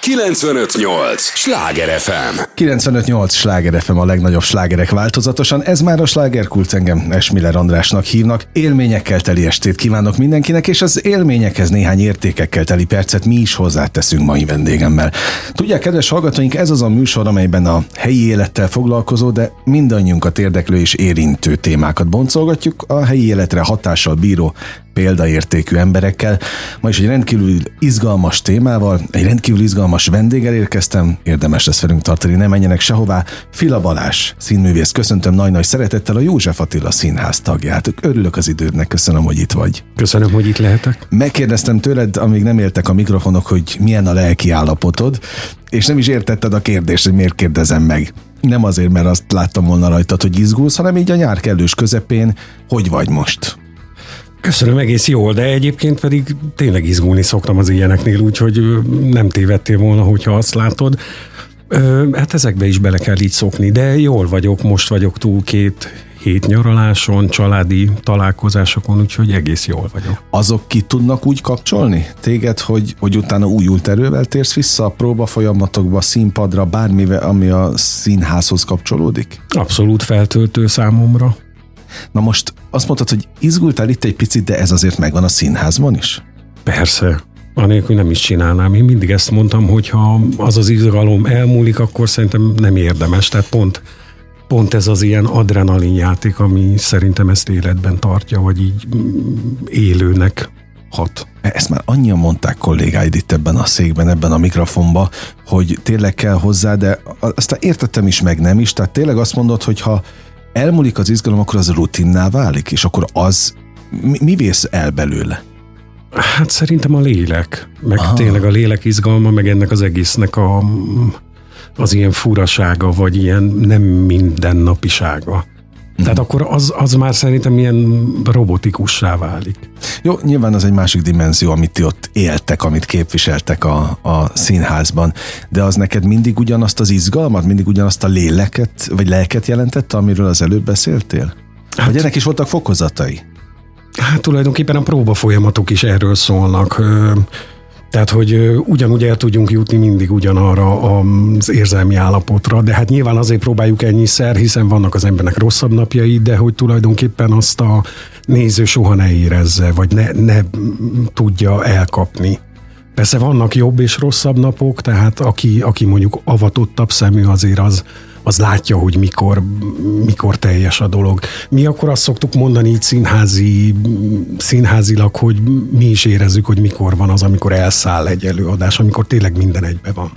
95.8 Sláger FM. 95.8 Sláger FM, a legnagyobb slágerek változatosan. Ez már a Slágerkult, engem Esmiller Andrásnak hívnak. Élményekkel teli estét kívánok mindenkinek, és az élményekhez néhány értékekkel teli percet mi is hozzáteszünk mai vendégemmel. Tudják, kedves hallgatóink, ez az a műsor, amelyben a helyi élettel foglalkozó, de mindannyiunkat érdeklő és érintő témákat boncolgatjuk, a helyi életre hatással bíró példaértékű emberekkel. Ma is egy rendkívül izgalmas témával, egy rendkívül izgalmas vendéggel érkeztem, érdemes lesz velünk tartani, ne menjenek sehová. Fila Balázs, színművész, köszöntöm nagy-nagy szeretettel, a József Attila Színház tagját. Örülök az idődnek, köszönöm, hogy itt vagy. Köszönöm, hogy itt lehetek. Megkérdeztem tőled, amíg nem éltek a mikrofonok, hogy milyen a lelki állapotod, és nem is értetted a kérdést, hogy miért kérdezem meg. Nem azért, mert azt láttam volna rajtad, hogy izgulsz, hanem így a nyár kellős közepén, hogy vagy most? Köszönöm, egész jól, de egyébként pedig tényleg izgulni szoktam az ilyeneknél, úgyhogy nem tévedtél volna, hogyha azt látod. Hát ezekbe is bele kell így szokni, de jól vagyok, most vagyok túl 2 hét nyaraláson, családi találkozásokon, úgyhogy egész jól vagyok. Azok ki tudnak úgy kapcsolni téged, hogy utána újult erővel térsz vissza a próbafolyamatokba, színpadra, bármivel, ami a színházhoz kapcsolódik? Abszolút feltöltő számomra. Na most azt mondtad, hogy izgultál itt egy picit, de ez azért megvan a színházban is? Persze, anélkül nem is csinálnám. Én mindig ezt mondtam, hogy ha az az izgalom elmúlik, akkor szerintem nem érdemes. Tehát pont ez az ilyen adrenalin játék, ami szerintem ezt életben tartja, vagy így élőnek hat. Ezt már annyian mondták kollégáid itt ebben a székben, ebben a mikrofonban, hogy tényleg kell hozzá, de aztán értettem is, meg nem is. Tehát tényleg azt mondod, hogy ha elmúlik az izgalom, akkor az rutinná válik, és akkor az mi vész el belőle? Hát szerintem a lélek, meg tényleg a lélek izgalma, meg ennek az egésznek az ilyen furasága, vagy ilyen nem mindennapisága. Tehát akkor az már szerintem ilyen robotikussá válik. Jó, nyilván az egy másik dimenzió, amit ti ott éltek, amit képviseltek a színházban, de az neked mindig ugyanazt az izgalmat, mindig ugyanazt a léleket, vagy lelket jelentette, amiről az előbb beszéltél? Hát, vagy ennek is voltak fokozatai? Hát tulajdonképpen a próbafolyamatok is erről szólnak. Tehát, hogy ugyanúgy el tudjunk jutni mindig ugyanarra az érzelmi állapotra, de hát nyilván azért próbáljuk ennyiszer, hiszen vannak az embernek rosszabb napjai, de hogy tulajdonképpen azt a néző soha ne érezze, vagy ne tudja elkapni. Persze vannak jobb és rosszabb napok, tehát aki mondjuk avatottabb szemű, azért az látja, hogy mikor teljes a dolog. Mi akkor azt szoktuk mondani így színházilag, hogy mi is érezzük, hogy mikor van az, amikor elszáll egy előadás, amikor tényleg minden egybe van.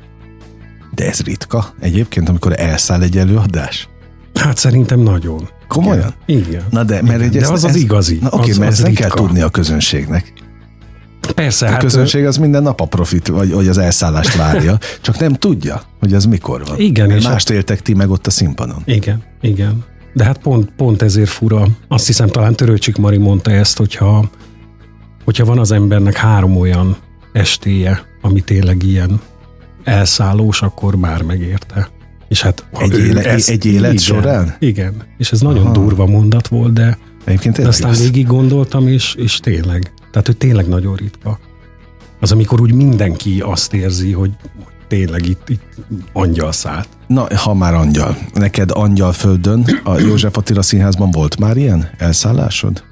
De ez ritka egyébként, amikor elszáll egy előadás? Hát szerintem nagyon. Komolyan? Igen. Na de, mert de az igazi. Na oké, mert ezt nem kell tudni a közönségnek. Persze, a közönség az minden nap a profit, vagy az elszállást várja, csak nem tudja, hogy az mikor van. Igen. Mert mást éltek ti meg ott a színpadon. Igen. De hát pont ezért fura. Azt hiszem, talán Törőcsik Mari mondta ezt, hogyha van az embernek 3 olyan estéje, ami tényleg ilyen elszállós, akkor már megérte. És hát egy élet során? Igen. És ez nagyon durva mondat volt, de aztán végig gondoltam, és tényleg. Tehát, hogy tényleg nagyon ritka. Az, amikor úgy mindenki azt érzi, hogy tényleg itt angyal szállt. Na, ha már angyal. Neked Angyalföldön, a József Attila Színházban volt már ilyen elszállásod?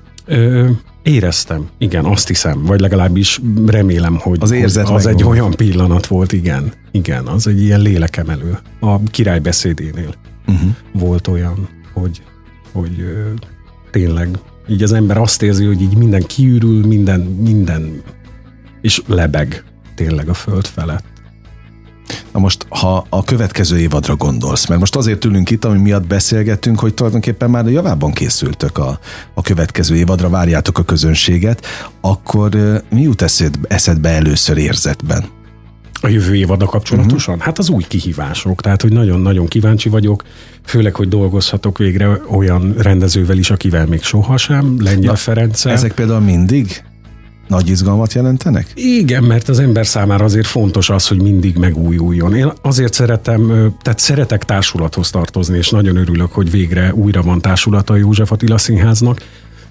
Éreztem, igen, azt hiszem. Vagy legalábbis remélem, hogy az egy olyan pillanat volt, igen, az egy ilyen lélekemelő. A Király beszédénél volt olyan, hogy tényleg így az ember azt érzi, hogy így minden kiürül, minden és lebeg tényleg a föld felett. Na most, ha a következő évadra gondolsz, mert most azért ülünk itt, ami miatt beszélgettünk, hogy tulajdonképpen már a javában készültök a következő évadra, várjátok a közönséget, akkor mi jut eszedbe először érzetben? A jövő évadra kapcsolatosan? Hát az új kihívások, tehát hogy nagyon-nagyon kíváncsi vagyok, főleg, hogy dolgozhatok végre olyan rendezővel is, akivel még sohasem, Lengyel Ferenccel. Ezek például mindig nagy izgalmat jelentenek? Igen, mert az ember számára azért fontos az, hogy mindig megújuljon. Én azért szeretek társulathoz tartozni, és nagyon örülök, hogy végre újra van társulata a József Attila Színháznak,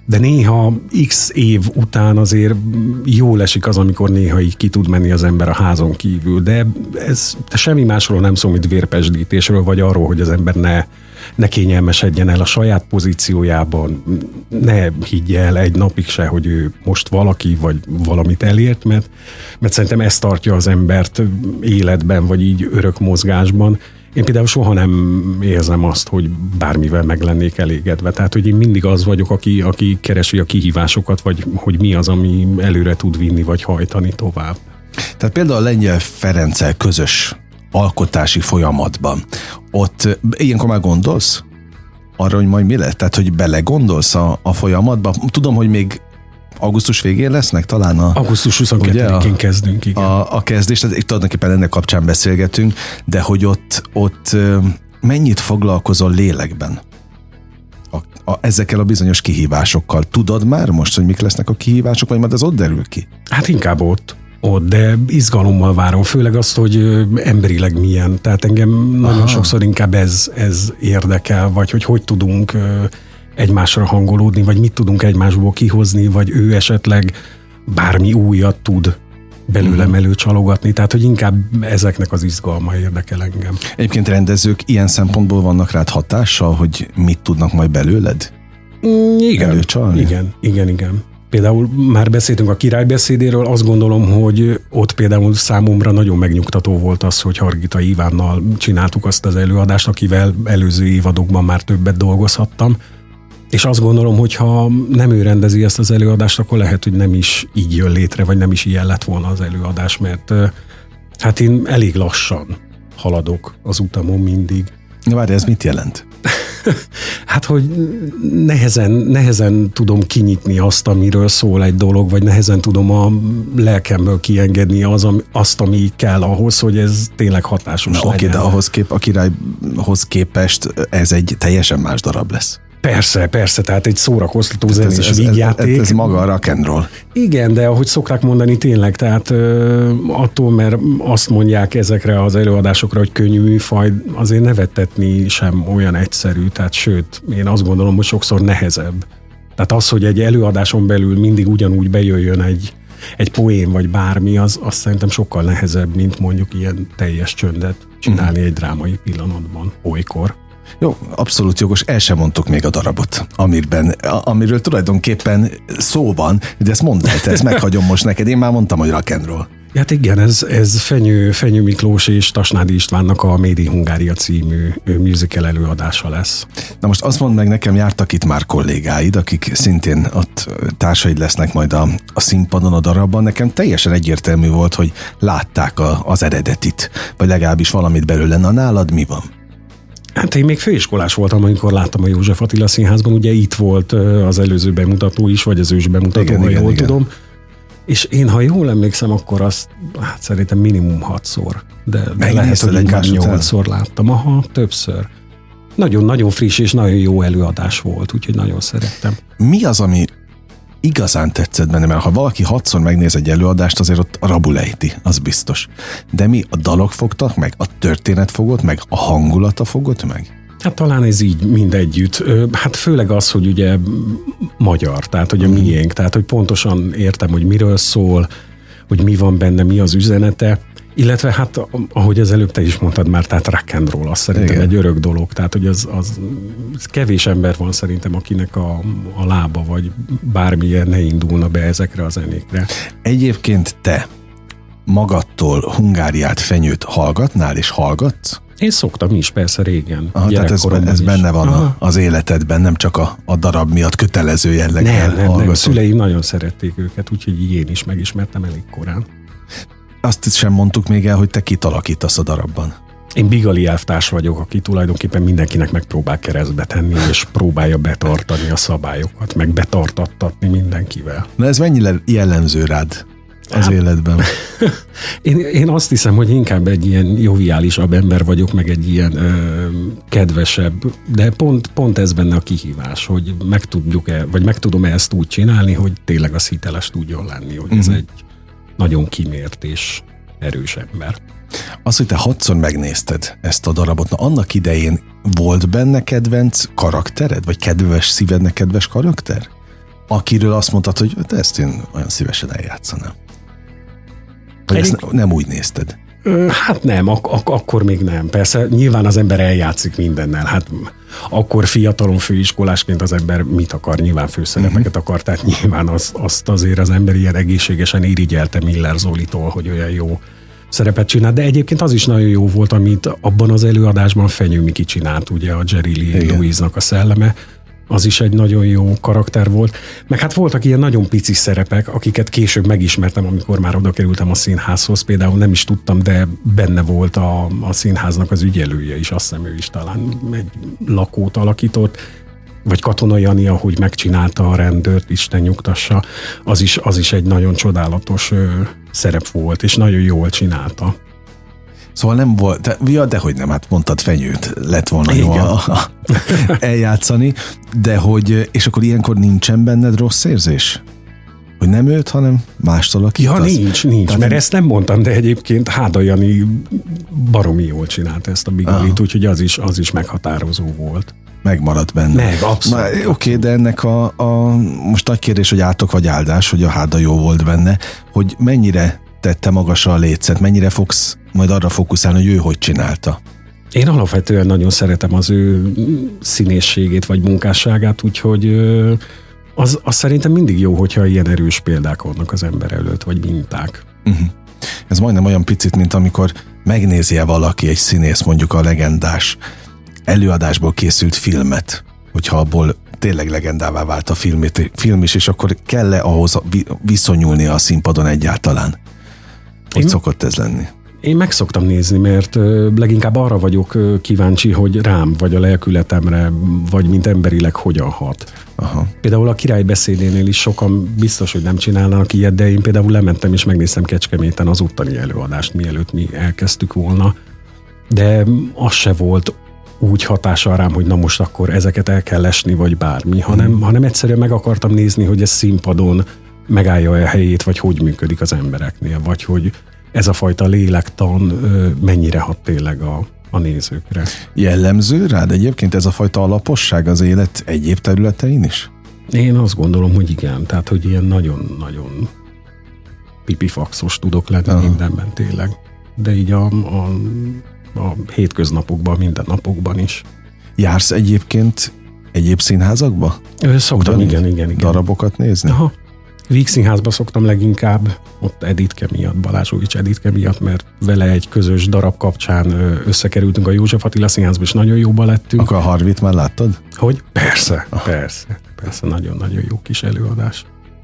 De néha x év után azért jól esik az, amikor néha így ki tud menni az ember a házon kívül, de ez semmi másról nem szól, mint vérpesdítésről, vagy arról, hogy az ember ne kényelmesedjen el a saját pozíciójában, ne higgye el egy napig se, hogy ő most valaki, vagy valamit elért, mert szerintem ez tartja az embert életben, vagy így örök mozgásban. Én például soha nem érzem azt, hogy bármivel meg lennék elégedve. Tehát, hogy én mindig az vagyok, aki keresi a kihívásokat, vagy hogy mi az, ami előre tud vinni, vagy hajtani tovább. Tehát például a Lengyel Ferenccel közös alkotási folyamatban, ott ilyenkor már gondolsz arra, hogy majd mi lesz? Tehát, hogy belegondolsz a folyamatba? Tudom, hogy még augusztus végén lesznek talán augusztus 22-én kezdünk, igen. A kezdés, tehát tulajdonképpen ennek kapcsán beszélgetünk, de hogy ott mennyit foglalkozol lélekben ezekkel a bizonyos kihívásokkal? Tudod már most, hogy mik lesznek a kihívások, vagy majd az ott derül ki? Hát inkább ott, de izgalommal várom, főleg azt, hogy emberileg milyen. Tehát engem nagyon sokszor inkább ez érdekel, vagy hogy tudunk egymásra hangolódni, vagy mit tudunk egymásból kihozni, vagy ő esetleg bármi újat tud belőlem előcsalogatni, tehát hogy inkább ezeknek az izgalma érdekel engem. Egyébként rendezők ilyen szempontból vannak rád hatással, hogy mit tudnak majd belőled előcsalni? Igen. Például már beszéltünk a királybeszédéről, azt gondolom, hogy ott például számomra nagyon megnyugtató volt az, hogy Hargita Ivánnal csináltuk azt az előadást, akivel előző évadokban már többet dolgozhattam, és azt gondolom, hogy ha nem ő rendezi ezt az előadást, akkor lehet, hogy nem is így jön létre, vagy nem is ilyen lett volna az előadás, mert hát én elég lassan haladok az utamon mindig. Várj, ez mit jelent? Hát, hogy nehezen tudom kinyitni azt, amiről szól egy dolog, vagy nehezen tudom a lelkemből kiengedni azt, ami kell ahhoz, hogy ez tényleg hatásos legyen. Oké, de a királyhoz képest ez egy teljesen más darab lesz. Persze, tehát egy szórakoztató zenés vígjáték. Ez maga a rock and roll. Igen, de ahogy szokták mondani tényleg, tehát attól, mert azt mondják ezekre az előadásokra, hogy könnyű műfaj, azért nevettetni sem olyan egyszerű, tehát sőt, én azt gondolom, hogy sokszor nehezebb. Tehát az, hogy egy előadáson belül mindig ugyanúgy bejöjjön egy poén vagy bármi, az szerintem sokkal nehezebb, mint mondjuk ilyen teljes csöndet csinálni egy drámai pillanatban, olykor. Jó, abszolút jogos, el sem mondtuk még a darabot, amiről tulajdonképpen szó van, de ezt mondd el, ezt meghagyom most neked, én már mondtam, hogy rock and roll. Hát igen, ez Fenyő Miklós és Tasnádi Istvánnak a Made in Hungária című musical előadása lesz. Na most azt mondd meg nekem, jártak itt már kollégáid, akik szintén ott társaid lesznek majd a színpadon, a darabban. Nekem teljesen egyértelmű volt, hogy látták az eredetit, vagy legalábbis valamit belőle. Na nálad mi van? Hát én még főiskolás voltam, amikor láttam a József Attila Színházban, ugye itt volt az előző bemutató is, vagy az ős bemutató, ha jól tudom. És én, ha jól emlékszem, akkor azt szerintem minimum 6-szor, de lehet, hogy inkább 8-szor láttam. Aha, többször. Nagyon-nagyon friss és nagyon jó előadás volt, úgyhogy nagyon szerettem. Mi az, ami igazán tetszett benne? Mert ha valaki 6-szor megnéz egy előadást, azért ott rabul ejti, az biztos. De mi? A dalok fogtak meg? A történet fogott meg? A hangulata fogott meg? Hát talán ez így mindegyütt. Hát főleg az, hogy ugye magyar, tehát hogy a miénk, tehát hogy pontosan értem, hogy miről szól, hogy mi van benne, mi az üzenete, illetve hát, ahogy az előbb te is mondtad már, tehát rock and roll, az szerintem igen. Egy örök dolog, tehát hogy az kevés ember van szerintem, akinek a lába, vagy bármilyen ne indulna be ezekre a zenékre. Egyébként te magadtól Hungáriát, Fenyőt hallgatnál és hallgatsz? Én szoktam is, persze régen. Tehát ez benne van az életedben, nem csak a darab miatt kötelező jelleggel hallgatod. Nem, szüleim nagyon szerették őket, úgyhogy én is megismertem elég korán. Azt sem mondtuk még el, hogy te kit alakítasz a darabban. Én Bigali elvtárs vagyok, aki tulajdonképpen mindenkinek megpróbál keresztbe tenni, és próbálja betartani a szabályokat, meg betartattatni mindenkivel. Na ez mennyire jellemző rád az életben? Én azt hiszem, hogy inkább egy ilyen joviálisabb ember vagyok, meg egy ilyen kedvesebb, de pont ez benne a kihívás, hogy meg tudom-e ezt úgy csinálni, hogy tényleg az hiteles tudjon lenni, hogy ez egy nagyon kimért és erős ember. Az, hogy te 6-szor megnézted ezt a darabot, na annak idején volt benne kedvenc karaktered, vagy kedves szívednek kedves karakter? akiről azt mondtad, hogy ezt én olyan szívesen eljátszanám? Vagy ezt nem úgy nézted? Hát nem, akkor még nem. Persze nyilván az ember eljátszik mindennel. Hát akkor fiatalon főiskolásként az ember mit akar? Nyilván főszerepeket akar, tehát nyilván azt azért az ember ilyen egészségesen irigyelte Miller Zolitól, hogy olyan jó szerepet csinált, de egyébként az is nagyon jó volt, amit abban az előadásban Fenyő Miki csinált, ugye a Jerry Lee Louise-nak a szelleme. Az is egy nagyon jó karakter volt. Meg hát voltak ilyen nagyon pici szerepek, akiket később megismertem, amikor már oda kerültem a színházhoz. Például nem is tudtam, de benne volt a színháznak az ügyelője is, azt hiszem ő is talán egy lakót alakított, vagy Katona Jani, ahogy megcsinálta a rendőrt, Isten nyugtassa, az is egy nagyon csodálatos szerep volt, és nagyon jól csinálta. Szóval nem volt, dehogy nem, hát mondtad Fenyőt, lett volna jó eljátszani, de hogy, és akkor ilyenkor nincsen benned rossz érzés? Hogy nem őt, hanem mástól alakítasz? Ja, nincs, mert ezt nem mondtam, de egyébként Háda Jani baromi jól csinálta ezt a Bigalit, úgyhogy az is meghatározó volt. Megmaradt benne. Abszolút. Oké, de ennek most nagy kérdés, hogy átok vagy áldás, hogy a Háda jó volt benne, hogy mennyire tette magasra a lécet, mennyire fogsz majd arra fókuszálni, hogy ő hogy csinálta? Én alapvetően nagyon szeretem az ő színészségét vagy munkásságát, úgyhogy az szerintem mindig jó, hogyha ilyen erős példák vannak az ember előtt, vagy minták. Ez majdnem olyan picit, mint amikor megnézi-e valaki, egy színész, mondjuk a legendás előadásból készült filmet, hogyha abból tényleg legendává vált a film is, és akkor kell-e ahhoz viszonyulnia a színpadon egyáltalán? Hogy szokott ez lenni? Én meg szoktam nézni, mert leginkább arra vagyok kíváncsi, hogy rám, vagy a lelkületemre, vagy mint emberileg hogyan hat. Aha. Például a Király beszédénél is sokan biztos, hogy nem csinálnak ilyet, de én például lementem és megnéztem Kecskeméten az ottani előadást, mielőtt mi elkezdtük volna. De az se volt úgy hatással rám, hogy na most akkor ezeket el kell esni, vagy bármi, hanem egyszerűen meg akartam nézni, hogy ez színpadon megállja a helyét, vagy hogy működik az embereknél, vagy hogy ez a fajta lélektan mennyire hat tényleg a nézőkre. Jellemző rád egyébként ez a fajta alaposság az élet egyéb területein is? Én azt gondolom, hogy igen. Tehát, hogy ilyen nagyon-nagyon pipifaxos tudok lenni mindenben tényleg. De így a hétköznapokban, mindennapokban is. Jársz egyébként egyéb színházakba? Szoktam, igen. Darabokat nézni? Aha. Víg Színházba szoktam leginkább, ott Editke miatt, Balázsovics Editke miatt, mert vele egy közös darab kapcsán összekerültünk a József Attila Színházba, és nagyon jóba lettünk. Akkor a Harvit már láttad? Hogy? Persze, nagyon-nagyon jó kis előadás.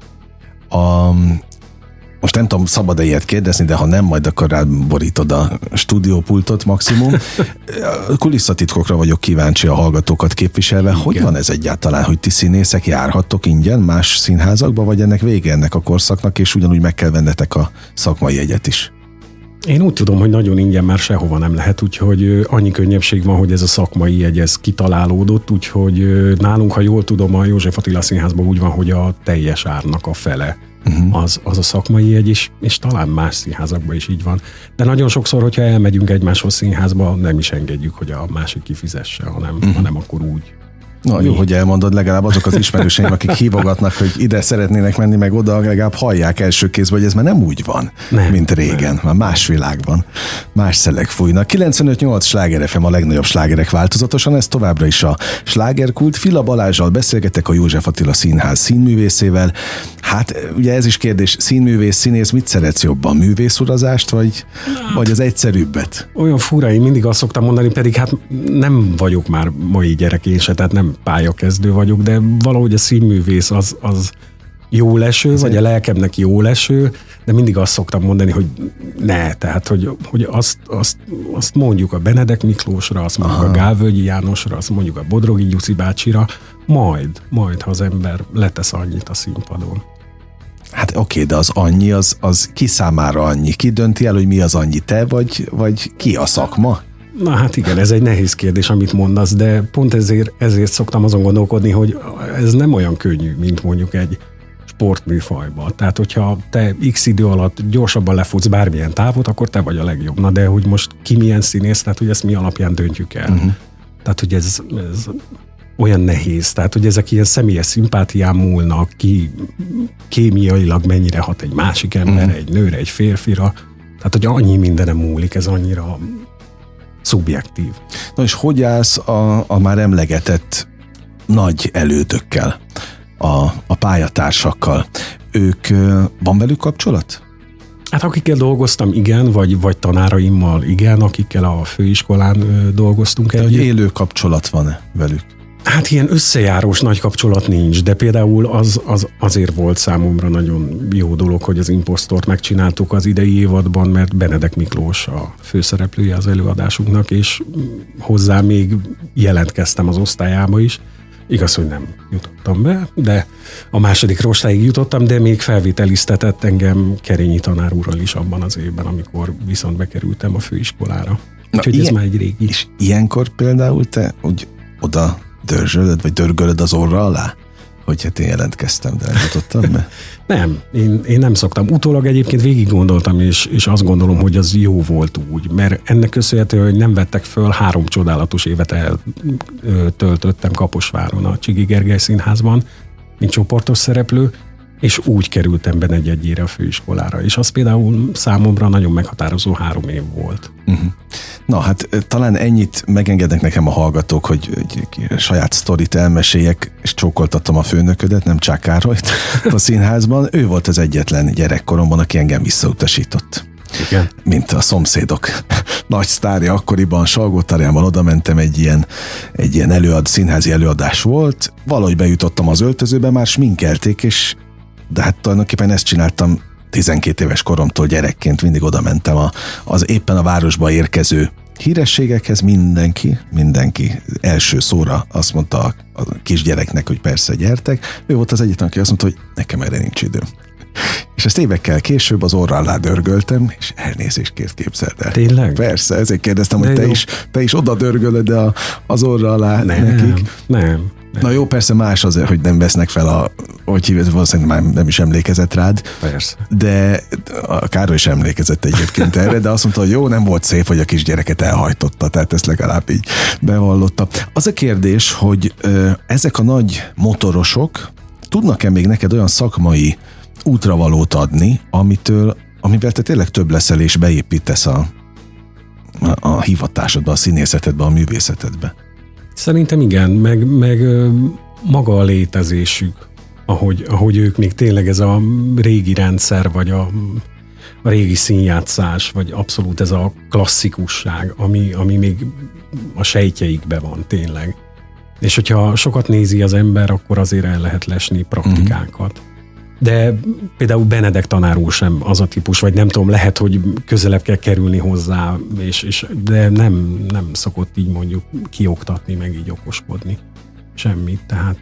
Most nem tudom, szabad-e ilyet kérdezni, de ha nem, majd akkor ráborítod a stúdiópultot maximum. Kulisszatitkokra vagyok kíváncsi, a hallgatókat képviselve. Igen. Hogy van ez egyáltalán, hogy ti színészek járhattok ingyen más színházakba, vagy ennek vége ennek a korszaknak, és ugyanúgy meg kell vennetek a szakmai jegyet is? Én úgy tudom, hogy nagyon ingyen már sehova nem lehet, úgyhogy annyi könnyebbség van, hogy ez a szakmai jegy ez kitalálódott, úgyhogy nálunk, ha jól tudom, a József Attila Színházban úgy van, hogy a teljes árnak a fele az a szakmai jegy is, és talán más színházakban is így van. De nagyon sokszor, hogyha elmegyünk egymáshoz színházba, nem is engedjük, hogy a másik kifizesse, hanem akkor úgy. Na jó, hogy elmondod, legalább azok az ismerőseim, akik hívogatnak, hogy ide szeretnének menni, meg oda, legalább hallják első kézből, hogy ez már nem úgy van, mint régen. Már más világban, más szelek fújnak. 95.8 Sláger FM, a legnagyobb slágerek változatosan, ez továbbra is a Slágerkult. Fila Balázsral beszélgetek, a József Attila Színház színművészével. Hát ugye ez is kérdés, színművész, színész, mit szeretsz jobban? Művészurazást, vagy az egyszerűbbet? Olyan fura, én mindig azt szoktam mondani, pedig hát nem vagyok már mai gyerek én se, tehát nem pályakezdő vagyok, de valahogy a színművész az jó leső, vagy a lelkemnek jó leső, de mindig azt szoktam mondani, hogy ne, tehát hogy azt mondjuk a Benedek Miklósra, azt mondjuk a Gálvölgyi Jánosra, azt mondjuk a Bodrogi Gyuszi bácsira, majd, ha az ember letesz annyit a színpadon. Hát oké, de az annyi, az ki számára annyi? Ki dönti el, hogy mi az annyi? Te vagy ki a szakma? Na hát igen, ez egy nehéz kérdés, amit mondasz, de pont ezért szoktam azon gondolkodni, hogy ez nem olyan könnyű, mint mondjuk egy sportműfajban. Tehát, hogyha te x idő alatt gyorsabban lefutsz bármilyen távot, akkor te vagy a legjobb. Na de hogy most ki milyen színész, tehát hogy ezt mi alapján döntjük el. Tehát, hogy ez olyan nehéz. Tehát, hogy ezek ilyen személyes szimpátián múlnak ki, kémiailag mennyire hat egy másik emberre, egy nőre, egy férfira. Tehát, hogy annyi mindenem múlik, ez annyira szubjektív. Na és hogy állsz a már emlegetett nagy elődökkel, a pályatársakkal? Van velük kapcsolat? Hát akikkel dolgoztam, igen, vagy tanáraimmal, igen, akikkel a főiskolán dolgoztunk együtt. Hogy élő kapcsolat van velük? Hát ilyen összejárós nagy kapcsolat nincs, de például azért volt számomra nagyon jó dolog, hogy az Impostort megcsináltuk az idei évadban, mert Benedek Miklós a főszereplője az előadásunknak, és hozzá még jelentkeztem az osztályába is. Igaz, hogy nem jutottam be, de a második rostáig jutottam, de még felvételiztetett engem Kerényi tanár úrral is abban az évben, amikor viszont bekerültem a főiskolára. Úgyhogy ez már egy régi. És ilyenkor például te úgy oda dörzsölöd, vagy dörgölöd az orra alá? Hogy hát én jelentkeztem, de nem jutottam be? Nem, én nem szoktam. Utólag egyébként végig gondoltam, és azt gondolom, hogy az jó volt úgy, mert ennek köszönhetően, hogy nem vettek föl, 3 csodálatos évet eltöltöttem Kaposváron a Csigi Gergely Színházban, mint csoportos szereplő, és úgy kerültem be negyedjére a főiskolára, és az például számomra nagyon meghatározó 3 év volt. Uh-huh. Na hát talán ennyit megengednek nekem a hallgatók, hogy egy saját sztorit elmeséljek, és csókoltattam a főnöködet, nem Csák Károlyt a színházban. Ő volt az egyetlen gyerekkoromban, aki engem visszautasított. Igen. Mint a szomszédok nagy sztárja akkoriban, Salgótarjánban oda mentem, egy ilyen színházi előadás volt, valahogy bejutottam az öltözőbe, már sminkelték, és de hát tulajdonképpen ezt csináltam 12 éves koromtól gyerekként, mindig oda mentem az éppen a városba érkező hírességekhez, mindenki első szóra azt mondta a kisgyereknek, hogy persze gyertek. Ő volt az egyetlen, aki azt mondta, hogy nekem erre nincs idő. És ezt évekkel később az orra alá dörgöltem, és elnézést kért, képzeld el. Tényleg? Persze, ezért kérdeztem, hogy te is oda dörgölöd az orra alá nekik. Nem. Na jó, persze más az, hogy nem vesznek fel hogy hívják, valószínűleg már nem is emlékezett rád. Persze. De a Károly is emlékezett egyébként erre, de azt mondta, hogy jó, nem volt szép, hogy a kisgyereket elhajtotta, tehát ezt legalább így bevallotta. Az a kérdés, hogy ezek a nagy motorosok tudnak-e még neked olyan szakmai útravalót adni, amivel te tényleg több leszel és beépítesz a hivatásodba, a színészetedbe, a művészetedbe? Szerintem igen, meg maga a létezésük, ahogy ők még tényleg ez a régi rendszer, vagy a régi színjátszás, vagy abszolút ez a klasszikusság, ami még a sejtjeikben van tényleg. És hogyha sokat nézi az ember, akkor azért el lehet lesni praktikákat. De például Benedek tanár úr sem az a típus, vagy nem tudom, lehet, hogy közelebb kell kerülni hozzá, de nem szokott így mondjuk kioktatni, meg így okoskodni. Semmit, tehát...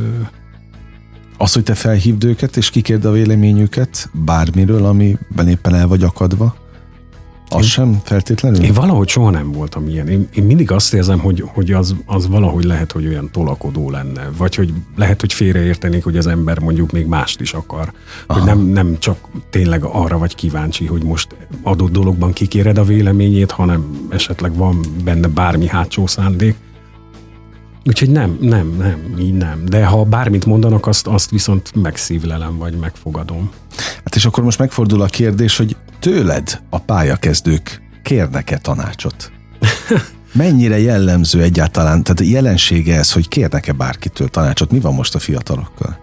Az, hogy te felhívd őket, és kikérd a véleményüket bármiről, amiben éppen el vagy akadva, az sem feltétlenül? Én valahogy soha nem voltam ilyen. Én mindig azt érzem, hogy az valahogy lehet, hogy olyan tolakodó lenne. Vagy hogy lehet, hogy félreértenék, hogy az ember mondjuk még mást is akar. Aha. Hogy nem csak tényleg arra vagy kíváncsi, hogy most adott dologban kikéred a véleményét, hanem esetleg van benne bármi hátsó szándék. Úgyhogy nem. De ha bármit mondanak, azt viszont megszívlelem, vagy megfogadom. Hát és akkor most megfordul a kérdés, hogy tőled a pályakezdők kérnek-e tanácsot? Mennyire jellemző egyáltalán, tehát jelensége ez, hogy kérnek-e bárkitől tanácsot? Mi van most a fiatalokkal?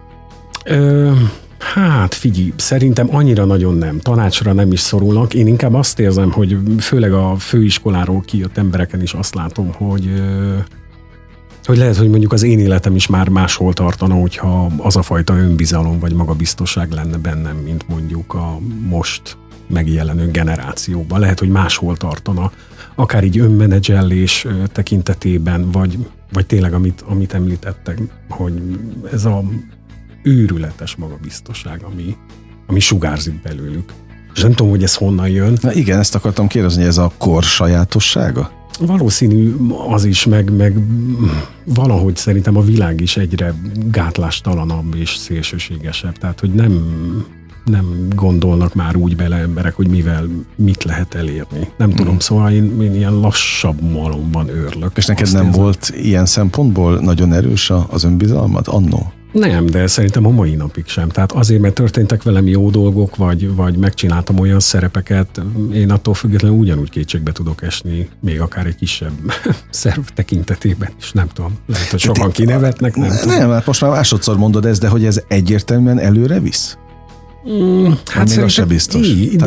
Hát figyelj, szerintem annyira nagyon nem. Tanácsra nem is szorulnak. Én inkább azt érzem, hogy főleg a főiskoláról kijött embereken is azt látom, hogy lehet, hogy mondjuk az én életem is már máshol tartana, hogyha az a fajta önbizalom vagy magabiztosság lenne bennem, mint mondjuk a most megjelenő generációban. Lehet, hogy máshol tartana, akár így önmenedzselés tekintetében, vagy tényleg, amit említettek, hogy ez a őrületes magabiztosság, ami sugárzik belőlük. És nem tudom, hogy ez honnan jön. Na igen, ezt akartam kérdezni, hogy ez a kor sajátossága? Valószínű az is, meg valahogy szerintem a világ is egyre gátlástalanabb és szélsőségesebb. Tehát, hogy nem nem gondolnak már úgy bele emberek, hogy mit lehet elérni. Nem tudom, szóval én ilyen lassabb malomban őrlök. És neked nem volt ilyen szempontból nagyon erős az önbizalmad annó? Nem, de szerintem a mai napig sem. Tehát azért, mert történtek velem jó dolgok, vagy megcsináltam olyan szerepeket, én attól függetlenül ugyanúgy kétségbe tudok esni, még akár egy kisebb szerv tekintetében is, nem tudom. Lehet, hogy sokan kinevetnek, nem tudom. Nem, hát most már másodszor mondod ezt, de hogy ez egyértelműen előre visz? Hát még az se biztos.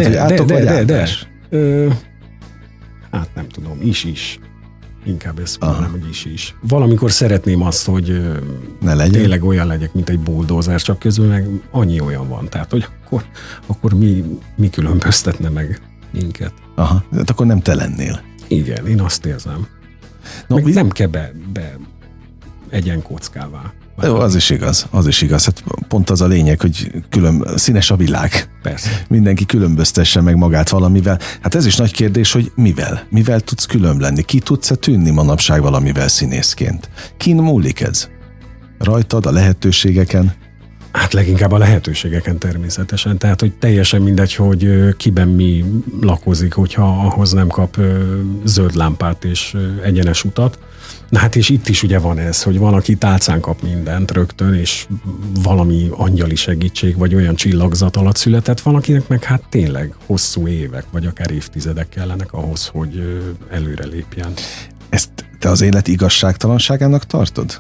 Hát nem tudom, is. Inkább ezt mondanám, hogy is. Valamikor szeretném azt, hogy tényleg olyan legyek, mint egy bulldozer, csak közben meg annyi olyan van. Tehát, hogy akkor mi különböztetne meg minket. Aha, tehát akkor nem te lennél. Igen, én azt érzem. Nem kell be egyenkockává. Jó, az is igaz. Hát pont az a lényeg, hogy színes a világ. Persze. Mindenki különböztesse meg magát valamivel. Hát ez is nagy kérdés, hogy mivel? Mivel tudsz különb lenni? Ki tudsz-e tűnni manapság valamivel színészként? Kin múlik ez? Rajtad, a lehetőségeken? Hát leginkább a lehetőségeken természetesen. Tehát, hogy teljesen mindegy, hogy kiben mi lakozik, hogyha ahhoz nem kap zöld lámpát és egyenes utat. Na hát és itt is ugye van ez, hogy van, aki tálcán kap mindent rögtön, és valami angyali segítség, vagy olyan csillagzat alatt született, van, akinek meg hát tényleg hosszú évek, vagy akár évtizedek kellenek ahhoz, hogy előre lépjen. Ezt te az élet igazságtalanságának tartod?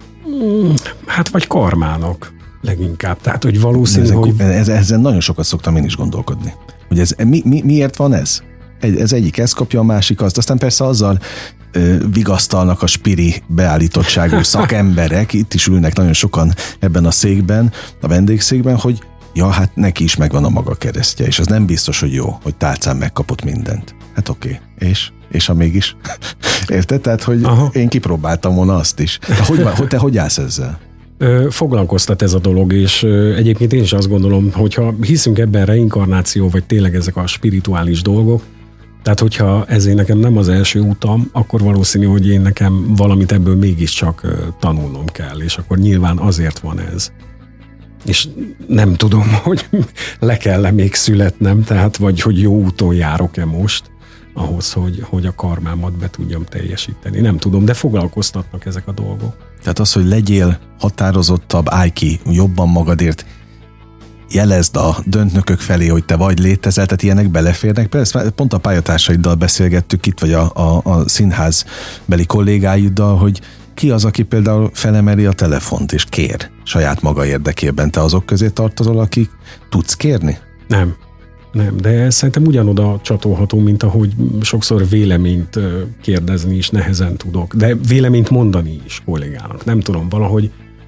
Hát vagy karmának leginkább. Tehát, hogy valószínű, hogy... Ezen nagyon sokat szoktam én is gondolkodni. Hogy ez, miért van ez? Ez egyik ezt kapja, a másik azt. Aztán persze azzal vigasztalnak a spiri beállítottságú szakemberek, itt is ülnek nagyon sokan ebben a székben, a vendégszékben, hogy ja, hát neki is megvan a maga keresztje, és az nem biztos, hogy jó, hogy tálcán megkapott mindent. Hát oké. És ha mégis? Érted? Tehát, hogy én kipróbáltam volna azt is. Te hogy állsz ezzel? Foglalkoztat ez a dolog, és egyébként én is azt gondolom, hogyha hiszünk ebben reinkarnáció, vagy tényleg ezek a spirituális dolgok, tehát hogyha ezért nekem nem az első utam, akkor valószínű, hogy én nekem valamit ebből mégiscsak tanulnom kell, és akkor nyilván azért van ez. És nem tudom, hogy le kell-e még születnem, tehát vagy hogy jó úton járok-e most, ahhoz, hogy a karmámat be tudjam teljesíteni. Nem tudom, de foglalkoztatnak ezek a dolgok. Tehát az, hogy legyél határozottabb, állj ki jobban magadért, jelezd a döntnökök felé, hogy te vagy, létezel, tehát ilyenek beleférnek. Persze, pont a pályatársaiddal beszélgettük itt, vagy a színházbeli kollégáiddal, hogy ki az, aki például felemeli a telefont és kér saját maga érdekében. Te azok közé tartozol, akik tudsz kérni? Nem, de szerintem ugyanoda csatolható, mint ahogy sokszor véleményt kérdezni is nehezen tudok, de véleményt mondani is kollégának. Nem tudom, valahogy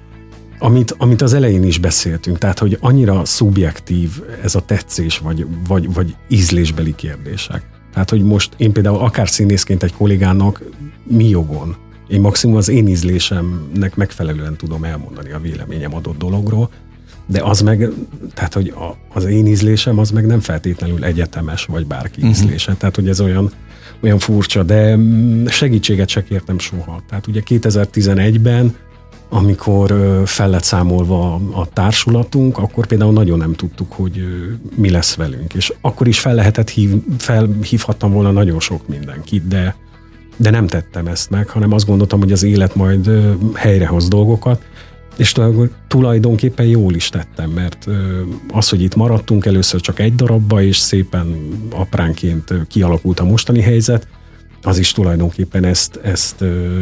amit az elején is beszéltünk, tehát, hogy annyira szubjektív ez a tetszés, vagy ízlésbeli kérdések. Tehát, hogy most én például akár színészként egy kollégának mi jogon? Én maximum az én ízlésemnek megfelelően tudom elmondani a véleményem adott dologról, de az meg, tehát, hogy az én ízlésem az meg nem feltétlenül egyetemes, vagy bárki ízlése. Tehát, hogy ez olyan furcsa, de segítséget se kértem soha. Tehát ugye 2011-ben, amikor fel lett számolva a társulatunk, akkor például nagyon nem tudtuk, hogy mi lesz velünk. És akkor is felhívhattam volna nagyon sok mindenkit, de nem tettem ezt meg, hanem azt gondoltam, hogy az élet majd helyrehoz dolgokat, és tulajdonképpen jól is tettem, mert az, hogy itt maradtunk először csak egy darabba, és szépen apránként kialakult a mostani helyzet, az is tulajdonképpen ezt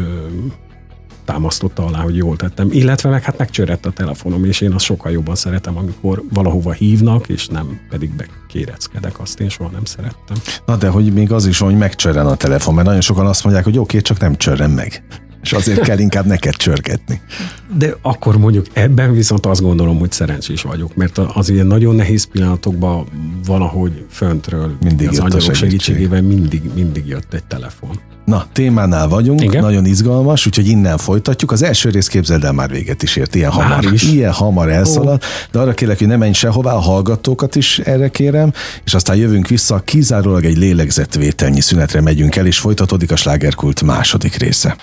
támasztotta alá, hogy jól tettem. Illetve meg hát megcsörrett a telefonom, és én azt sokkal jobban szeretem, amikor valahova hívnak, és nem pedig bekéreckedek, azt én soha nem szerettem. Na de hogy még az is van, hogy megcsörren a telefon, mert nagyon sokan azt mondják, hogy oké, csak nem csörren meg. És azért kell inkább neked csörgetni. De akkor mondjuk ebben viszont azt gondolom, hogy szerencsés vagyok, mert az ilyen nagyon nehéz pillanatokban valahogy föntről mindig az angyalok segítségével mindig jött egy telefon. Na, témánál vagyunk, igen? Nagyon izgalmas, úgyhogy innen folytatjuk. Az első rész, képzeld el, már véget is ért, ilyen hamar elszalad, de arra kérlek, hogy ne menj sehová, a hallgatókat is erre kérem, és aztán jövünk vissza, kizárólag egy lélegzetvételnyi szünetre megyünk el, és folytatódik a Slágerkult második része. 90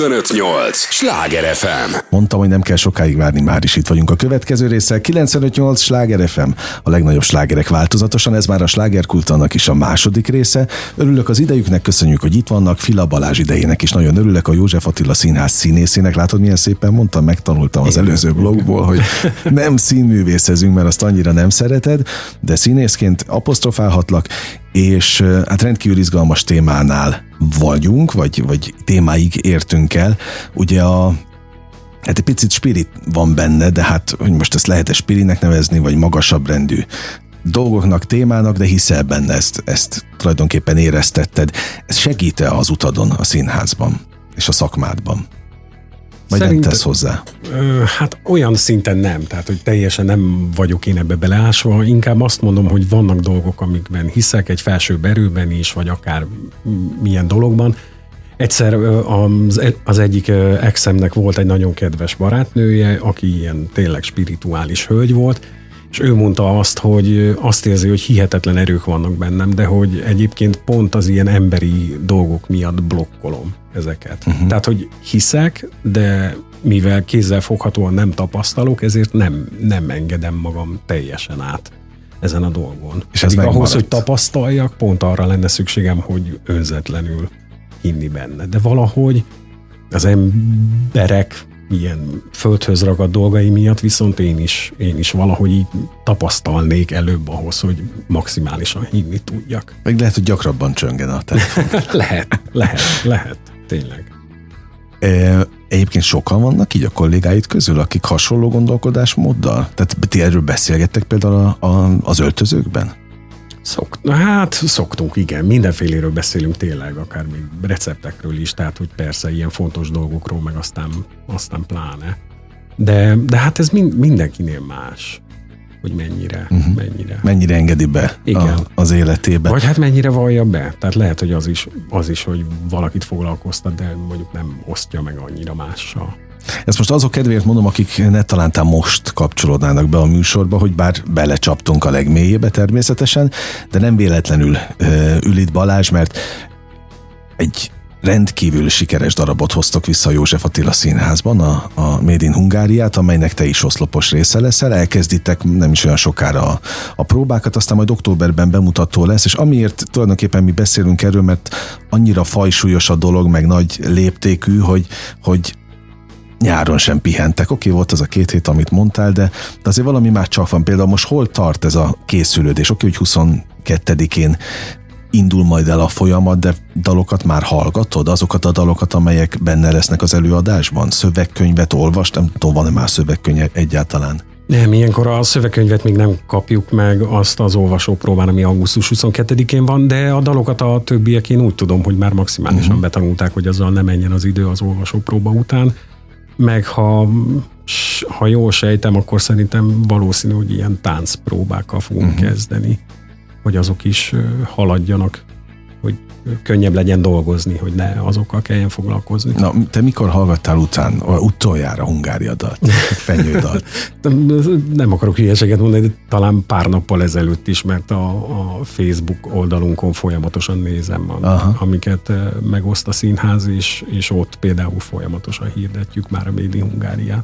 95.8 Sláger FM. Mondtam, hogy nem kell sokáig várni, már is itt vagyunk a következő résszel. 95.8 Sláger FM, a legnagyobb slágerek változatosan, ez már a Slágerkult, annak is a második része. Örülök az idejüknek, köszönjük, hogy itt vannak. Fila Balázs idejének is nagyon örülök, a József Attila Színház színészének. Látod, milyen szépen mondtam, megtanultam az előző blogból, hogy nem színművészezünk, mert azt annyira nem szereted, de színészként apostrofálhatlak, és hát rendkívül izgalmas témánál vagyunk, vagy témáig értünk el. Ugye hát egy picit spirit van benne, de hát, hogy most ezt lehet-e spirinek nevezni, vagy magasabb rendű dolgoknak, témának, de hiszel benne, ezt tulajdonképpen éreztetted. Ez segít-e az utadon a színházban és a szakmádban? Vagy nem tesz hozzá? Hát olyan szinten nem, tehát hogy teljesen nem vagyok én ebbe beleásva, inkább azt mondom, hogy vannak dolgok, amikben hiszek, egy felsőbb erőben is, vagy akár milyen dologban. Egyszer az egyik exemnek volt egy nagyon kedves barátnője, aki ilyen tényleg spirituális hölgy volt, és ő mondta azt, hogy azt érzi, hogy hihetetlen erők vannak bennem, de hogy egyébként pont az ilyen emberi dolgok miatt blokkolom ezeket. Tehát, hogy hiszek, de mivel kézzel foghatóan nem tapasztalok, ezért nem engedem magam teljesen át ezen a dolgon. És ez ahhoz, hogy tapasztaljak, pont arra lenne szükségem, hogy önzetlenül hinni benne. De valahogy az emberek ilyen földhöz ragadt dolgai miatt viszont én is valahogy így tapasztalnék előbb ahhoz, hogy maximálisan hinni tudjak. Meg lehet, hogy gyakrabban csöngen a telefon. lehet, tényleg. Egyébként sokan vannak így a kollégáid közül, akik hasonló gondolkodásmóddal? Tehát ti erről beszélgettek például az öltözőkben? Szoktunk, igen. Mindenféléről beszélünk tényleg, akár még receptekről is, tehát hogy persze ilyen fontos dolgokról, meg aztán pláne. De hát ez mindenkinél más, hogy mennyire engedi be az életébe. Vagy hát mennyire vallja be. Tehát lehet, hogy az is, hogy valakit foglalkoztat, de mondjuk nem osztja meg annyira mással. Ezt most azok kedvéért mondom, akik netalántán most kapcsolódnának be a műsorba, hogy bár belecsaptunk a legmélyébe természetesen, de nem véletlenül ül itt Balázs, mert egy rendkívül sikeres darabot hoztok vissza a József Attila Színházban, a Made in Hungáriát, amelynek te is oszlopos része leszel. Elkezditek nem is olyan sokára a próbákat, aztán majd októberben bemutató lesz, és amiért tulajdonképpen mi beszélünk erről, mert annyira fajsúlyos a dolog, meg nagy léptékű, hogy nyáron sem pihentek. Oké, volt az a 2 hét, amit mondtál, de azért valami már csak van. Például most hol tart ez a készülődés? Oké, hogy 22-én indul majd el a folyamat, de dalokat már hallgatod? Azokat a dalokat, amelyek benne lesznek az előadásban? Szövegkönyvet olvast? Nem tudom, van-e már szövegkönyv egyáltalán? Nem, ilyenkor a szövegkönyvet még nem kapjuk meg, azt az olvasópróbán, ami augusztus 22-én van, de a dalokat a többiek én úgy tudom, hogy már maximálisan betanulták, hogy azzal ne menjen az idő az olvasópróba után. Meg ha jól sejtem, akkor szerintem valószínű, hogy ilyen táncpróbákkal fogunk kezdeni, hogy azok is haladjanak, hogy könnyebb legyen dolgozni, hogy ne azokkal kelljen foglalkozni. Na, te mikor hallgattál utoljára Hungária dalt, fenyődalt? Nem akarok hülyeséget mondani, de talán pár nappal ezelőtt is, mert a Facebook oldalunkon folyamatosan nézem, amiket megoszt a színház, és ott például folyamatosan hirdetjük már a Made in Hungáriát.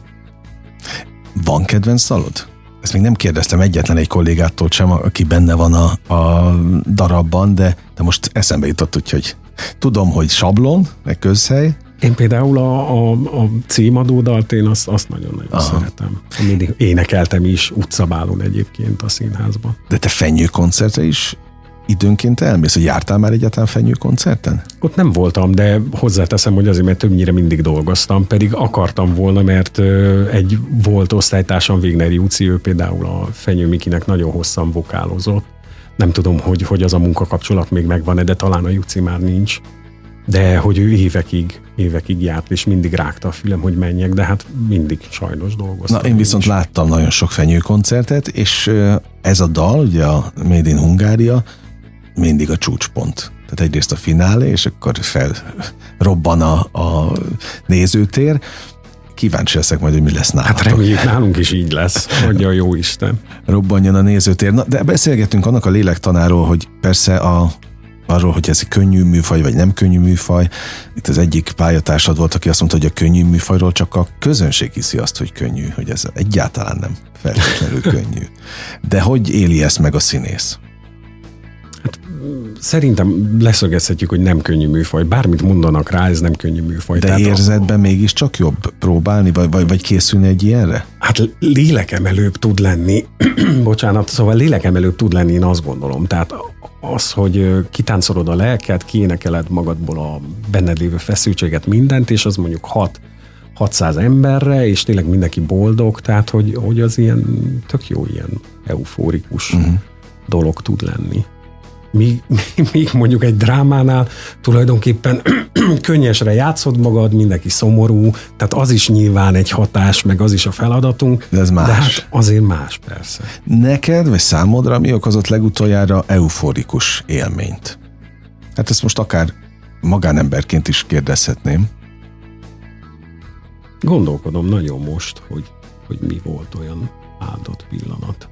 Van kedvenc dalod? Ezt még nem kérdeztem egyetlen egy kollégától sem, aki benne van a darabban, de most eszembe jutott, úgyhogy tudom, hogy sablon, meg közhely. Én például a címadódalt, én azt nagyon-nagyon szeretem. Mindig énekeltem is utcabálon egyébként a színházban. De te fenyőkoncertre is időnként elmész, hogy jártál már egyáltalán fenyőkoncerten? Ott nem voltam, de hozzáteszem, hogy azért, mert többnyire mindig dolgoztam, pedig akartam volna, mert egy volt osztálytársam, Végner Júci, ő például a Fenyő Mikinek nagyon hosszan vokálozott. Nem tudom, hogy az a munkakapcsolat még megvan-e, de talán a Júci már nincs. De hogy ő évekig járt, és mindig rágta a fülem, hogy menjek, de hát mindig sajnos dolgoztam. Na, én viszont láttam nagyon sok fenyőkoncertet, és ez a dal, ugye a Made in Hungária, mindig a csúcspont. Tehát egyrészt a finálé, és akkor felrobban a nézőtér. Kíváncsi leszek majd, hogy mi lesz nálatok. Hát reméljük, nálunk is így lesz, mondja a jó Isten. Robbanjon a nézőtér. Na, de beszélgetünk annak a lélektanáról, hogy persze arról, hogy ez egy könnyű műfaj, vagy nem könnyű műfaj. Itt az egyik pályatársad volt, aki azt mondta, hogy a könnyű műfajról csak a közönség hiszi azt, hogy könnyű, hogy ez egyáltalán nem feltétlenül könnyű. De hogy éli ezt meg a színész? Hát, szerintem leszögezhetjük, hogy nem könnyű műfaj. Bármit mondanak rá, ez nem könnyű műfaj. De érzetben mégiscsak jobb próbálni, vagy készülni egy ilyenre? Hát lélekemelőbb tud lenni. Bocsánat, szóval lélekemelőbb tud lenni, én azt gondolom. Tehát az, hogy kitáncolod a lelket, kiénekeled magadból a benned lévő feszültséget, mindent, és az mondjuk 600 emberre, és tényleg mindenki boldog, tehát hogy az ilyen tök jó, ilyen eufórikus dolog tud lenni. Míg mondjuk egy drámánál tulajdonképpen könnyesre játszod magad, mindenki szomorú, tehát az is nyilván egy hatás, meg az is a feladatunk. De ez más. De hát azért más, persze. Neked, vagy számodra mi okozott legutoljára euforikus élményt? Hát ezt most akár magánemberként is kérdezhetném. Gondolkodom nagyon most, hogy mi volt olyan áldott pillanat.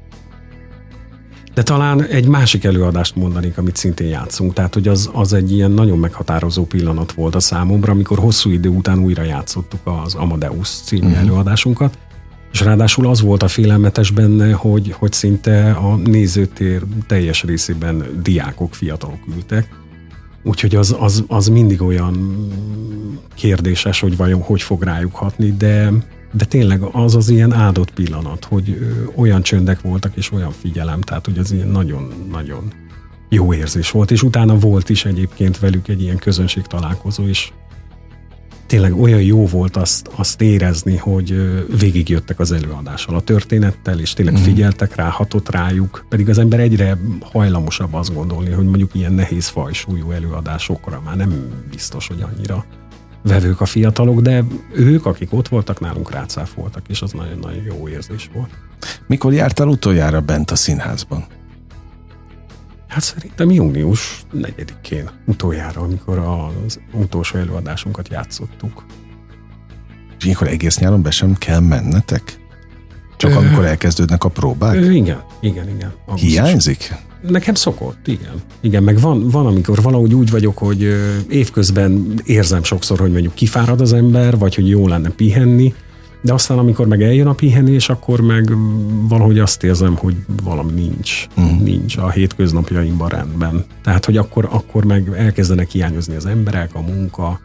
De talán egy másik előadást mondanék, amit szintén játszunk. Tehát, hogy az egy ilyen nagyon meghatározó pillanat volt a számomra, amikor hosszú idő után újra játszottuk az Amadeus című előadásunkat, és ráadásul az volt a félelmetes benne, hogy szinte a nézőtér teljes részében diákok, fiatalok ültek. Úgyhogy az mindig olyan kérdéses, hogy vajon hogy fog rájuk hatni, de tényleg az ilyen áldott pillanat, hogy olyan csöndek voltak, és olyan figyelem, tehát hogy az ilyen nagyon-nagyon jó érzés volt, és utána volt is egyébként velük egy ilyen közönség találkozó, és tényleg olyan jó volt azt érezni, hogy végigjöttek az előadással, a történettel, és tényleg figyeltek rá, hatott rájuk, pedig az ember egyre hajlamosabb azt gondolni, hogy mondjuk ilyen nehéz fajsúlyú előadásokra már nem biztos, hogy annyira vevők a fiatalok, de ők, akik ott voltak, nálunk rácáfoltak, és az nagyon-nagyon jó érzés volt. Mikor jártál utoljára bent a színházban? Hát szerintem június 4-én utoljára, amikor az utolsó előadásunkat játszottuk. És ilyenkor egész nyáron be sem kell mennetek? Csak amikor elkezdődnek a próbák? Igen. Augusztus. Hiányzik? Nekem szokott, igen. Igen, meg van, amikor valahogy úgy vagyok, hogy évközben érzem sokszor, hogy mondjuk kifárad az ember, vagy hogy jó lenne pihenni, de aztán amikor meg eljön a pihenés, akkor meg valahogy azt érzem, hogy valami nincs a hétköznapjaimban rendben. Tehát, hogy akkor meg elkezdenek hiányozni az emberek, a munka.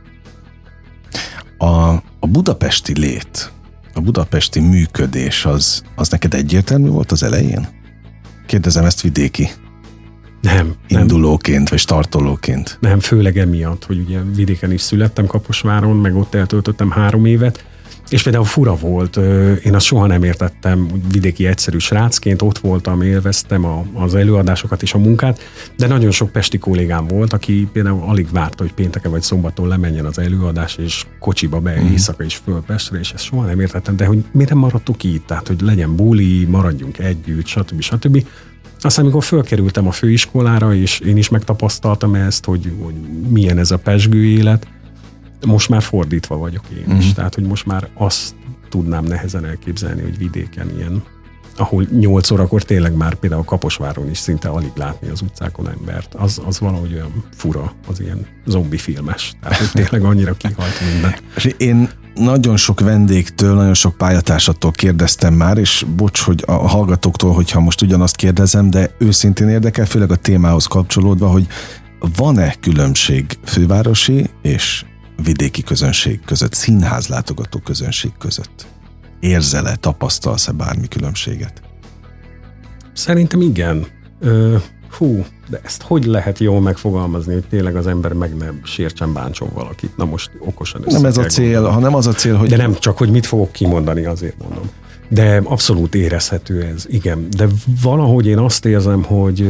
A budapesti lét, a budapesti működés, az neked egyértelmű volt az elején? Kérdezem ezt vidéki. Nem. Indulóként, vagy startolóként. Nem, főleg emiatt, hogy ugye vidéken is születtem, Kaposváron, meg ott eltöltöttem 3 évet, és például fura volt, én azt soha nem értettem, vidéki egyszerű srácként, ott voltam, élveztem az előadásokat és a munkát, de nagyon sok pesti kollégám volt, aki például alig várta, hogy pénteken vagy szombaton lemenjen az előadás, és kocsiba be éjszaka is föl Pestre, és ezt soha nem értettem, de hogy miért nem maradtuk így, tehát hogy legyen buli, maradjunk együtt, stb. Aztán, amikor fölkerültem a főiskolára, és én is megtapasztaltam ezt, hogy milyen ez a pezsgő élet, most már fordítva vagyok én is. Tehát, hogy most már azt tudnám nehezen elképzelni, hogy vidéken ilyen, ahol 8 órakor tényleg már például Kaposváron is szinte alig látni az utcákon embert. Az valahogy olyan fura, az ilyen zombi filmes. Tehát, hogy tényleg annyira kihalt minden. És én nagyon sok vendégtől, nagyon sok pályatársatól kérdeztem már, és bocs, hogy a hallgatóktól, hogyha most ugyanazt kérdezem, de őszintén érdekel, főleg a témához kapcsolódva, hogy van-e különbség fővárosi és vidéki közönség között, színházlátogató közönség között? Érzel-e, tapasztalsz-e bármi különbséget? Szerintem igen. De ezt hogy lehet jól megfogalmazni, hogy tényleg az ember meg nem sértsen, bántson valakit? Na most okosan össze. Nem ez a cél, hanem az a cél, hogy... De nem csak, hogy mit fogok kimondani, azért mondom. De abszolút érezhető ez, igen. De valahogy én azt érzem, hogy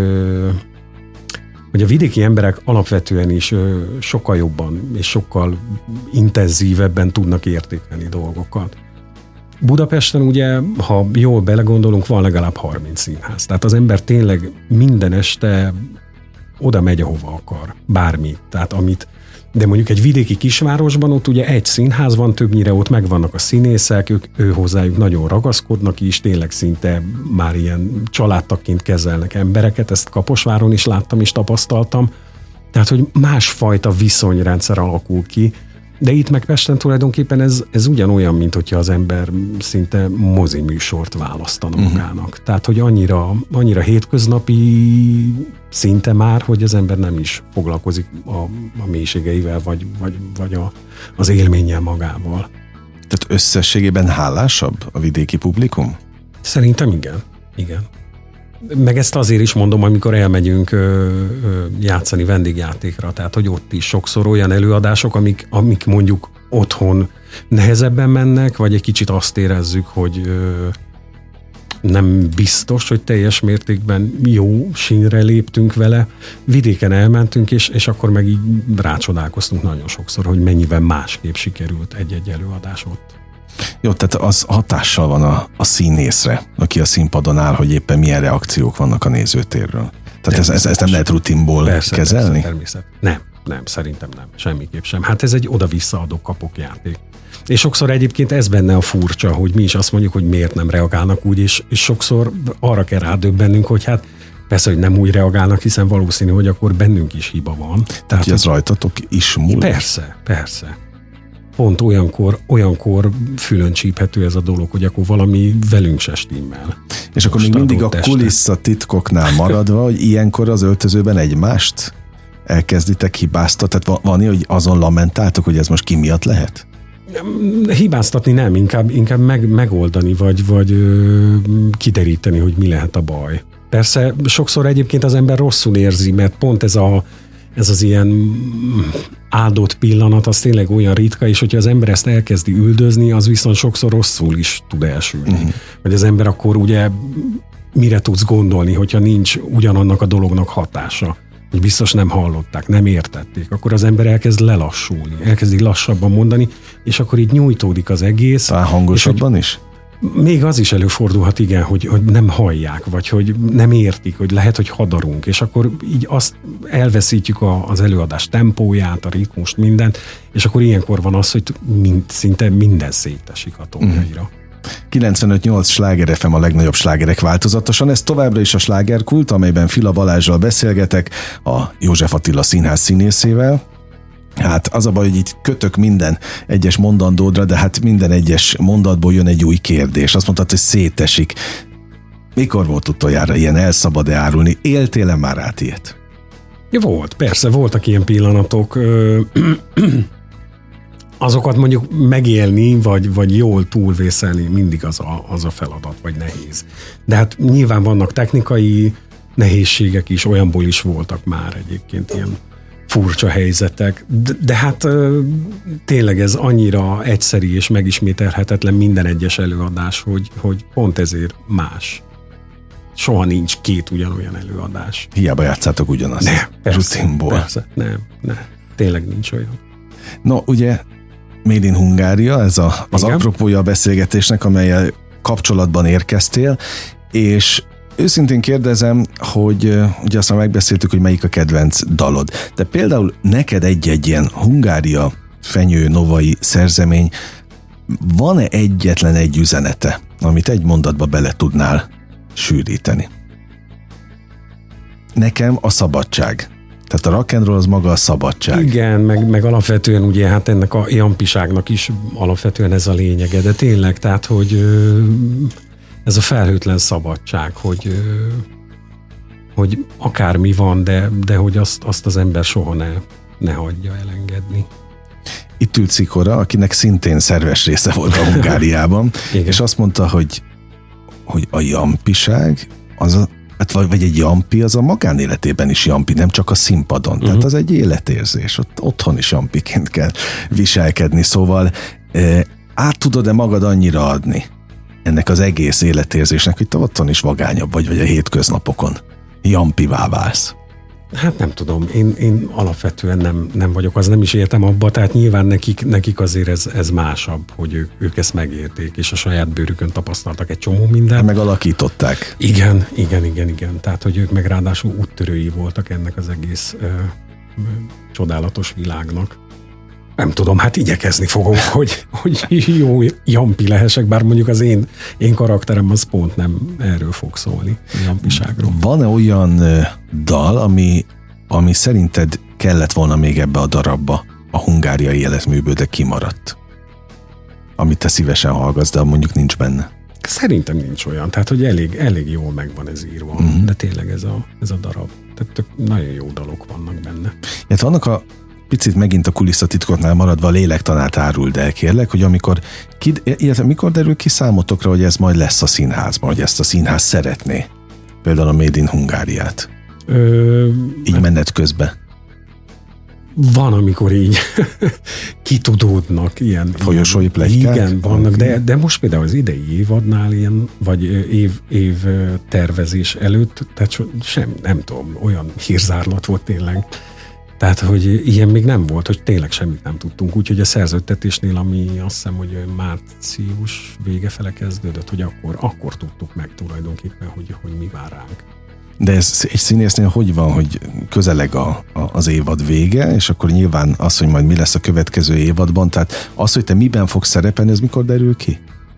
a vidéki emberek alapvetően is sokkal jobban és sokkal intenzívebben tudnak értékelni dolgokat. Budapesten ugye, ha jól belegondolunk, van legalább 30 színház. Tehát az ember tényleg minden este oda megy, ahova akar. Bármi. Tehát amit De mondjuk egy vidéki kisvárosban ott ugye egy színház van, többnyire ott megvannak a színészek, ő hozzájuk nagyon ragaszkodnak is, tényleg szinte már ilyen családtagként kezelnek embereket, ezt Kaposváron is láttam és tapasztaltam. Tehát, hogy másfajta viszonyrendszer alakul ki, de itt meg Pesten tulajdonképpen ez ugyanolyan, mint hogyha az ember szinte moziműsort választana magának. Tehát, hogy annyira hétköznapi szinte már, hogy az ember nem is foglalkozik a mélységeivel, vagy az élménnyel magával. Tehát összességében hálásabb a vidéki publikum? Szerintem igen. Meg ezt azért is mondom, amikor elmegyünk játszani vendégjátékra, tehát hogy ott is sokszor olyan előadások, amik mondjuk otthon nehezebben mennek, vagy egy kicsit azt érezzük, hogy nem biztos, hogy teljes mértékben jó sínre léptünk vele. Vidéken elmentünk, és akkor meg így rácsodálkoztunk nagyon sokszor, hogy mennyivel másképp sikerült egy-egy előadás ott. Jó, tehát az hatással van a színészre, aki a színpadon áll, hogy éppen milyen reakciók vannak a nézőtérről. Tehát ezt nem lehet rutinból kezelni? Persze. Nem, szerintem nem. Semmiképp sem. Hát ez egy oda-vissza adok-kapok játék. És sokszor egyébként ez benne a furcsa, hogy mi is azt mondjuk, hogy miért nem reagálnak úgy, és sokszor arra kell rádöbbennünk, hogy hát persze, hogy nem úgy reagálnak, hiszen valószínű, hogy akkor bennünk is hiba van. Tehát hogy az rajtatok is múlik? Persze. Pont olyankor fülön csíphető ez a dolog, hogy akkor valami velünk se stimmel. És akkor még mindig a kulisszatitkoknál maradva, hogy ilyenkor az öltözőben egymást elkezditek hibáztatni? Tehát van, hogy azon lamentáltok, hogy ez most ki miatt lehet? Hibáztatni nem, inkább megoldani, vagy kideríteni, hogy mi lehet a baj. Persze sokszor egyébként az ember rosszul érzi, mert pont ez az ilyen áldott pillanat, az tényleg olyan ritka, és hogyha az ember ezt elkezdi üldözni, az viszont sokszor rosszul is tud elsülni. Vagy az ember akkor ugye mire tudsz gondolni, hogyha nincs ugyanannak a dolognak hatása, hogy biztos nem hallották, nem értették, akkor az ember elkezd lelassulni, elkezdi lassabban mondani, és akkor így nyújtódik az egész. Talán hangosabban is? Még az is előfordulhat, igen, hogy nem hallják, vagy hogy nem értik, hogy lehet, hogy hadarunk, és akkor így azt elveszítjük az előadás tempóját, a ritmust, mindent, és akkor ilyenkor van az, hogy szinte minden szétesik a tombjaira. 95.8 Sláger FM a legnagyobb slágerek változatosan. Ez továbbra is a Slágerkult, amelyben Fila Balázsral beszélgetek, a József Attila Színház színészével. Hát az a baj, hogy itt kötök minden egyes mondandódra, de hát minden egyes mondatból jön egy új kérdés. Azt mondtad, hogy szétesik. Mikor volt utoljára ilyen, el szabad-e árulni? Éltél-e már át ilyet? Ja, volt, persze, voltak ilyen pillanatok. Azokat mondjuk megélni, vagy jól túlvészelni mindig az a feladat, vagy nehéz. De hát nyilván vannak technikai nehézségek is, olyanból is voltak már egyébként ilyen furcsa helyzetek, de hát tényleg ez annyira egyszerű és megismételhetetlen minden egyes előadás, hogy pont ezért más. Soha nincs két ugyanolyan előadás. Hiába játszátok ugyanazt. Rutinból. Persze, nem. Tényleg nincs olyan. No, ugye Made in Hungária, ez az apropója a beszélgetésnek, amellyel kapcsolatban érkeztél, és őszintén kérdezem, hogy ugye azt már megbeszéltük, hogy melyik a kedvenc dalod. De például neked egy ilyen Hungária fenyő novai szerzemény, van-e egyetlen egy üzenete, amit egy mondatba bele tudnál sűríteni? Nekem a szabadság. Tehát a rock and roll az maga a szabadság. Igen, meg alapvetően ugye hát ennek a jampiságnak is alapvetően ez a lényege, de tényleg, tehát hogy ez a felhőtlen szabadság, hogy akármi van, de hogy azt az ember soha ne hagyja elengedni. Itt ült Szikora, akinek szintén szerves része volt a Hungáriában, és azt mondta, hogy a jampiság, vagy egy jampi, az a magánéletében is jampi, nem csak a színpadon. Tehát az egy életérzés, otthon is jampiként kell viselkedni, szóval át tudod-e magad annyira adni ennek az egész életérzésnek, hogy te otthon is vagányabb vagy a hétköznapokon jampivá válsz? Hát nem tudom, én alapvetően nem vagyok, az nem is értem abba, tehát nyilván nekik azért ez másabb, hogy ők ezt megérték, és a saját bőrükön tapasztaltak egy csomó mindent. Megalakították. Igen, tehát hogy ők meg ráadásul úttörői voltak ennek az egész csodálatos világnak. Nem tudom, hát igyekezni fogok, hogy jó jampi lehessek, bár mondjuk az én karakterem az pont nem erről fog szólni, jampiságról. Van-e olyan dal, ami szerinted kellett volna még ebbe a darabba, a hungáriai életműből, de kimaradt? Amit te szívesen hallgatsz, de mondjuk nincs benne. Szerintem nincs olyan, tehát hogy elég jól megvan ez írva, de tényleg ez a darab. Tehát nagyon jó dalok vannak benne. Hát vannak a picit megint a kulisszatitkotnál maradva a lélektanát áruld el, kérlek, hogy mikor derül ki számotokra, hogy ez majd lesz a színházban, hogy ezt a színház szeretné? Például a Made in Hungáriát. Így menet közben. Van, amikor így kitudódnak ilyen folyosói pletykák? Igen, vannak, de most például az idei évadnál ilyen, vagy év tervezés előtt, tehát nem tudom, olyan hírzárlat volt tényleg. Tehát, hogy ilyen még nem volt, hogy tényleg semmit nem tudtunk. Úgyhogy a szerződtetésnél, ami azt hiszem, hogy március vége fele kezdődött, hogy akkor tudtuk meg tulajdonképpen, hogy mi vár ránk. De ez egy színésznél hogy van, hogy közeleg az évad vége, és akkor nyilván az, hogy majd mi lesz a következő évadban, tehát az, hogy te miben fogsz szerepelni, ez mikor derül ki?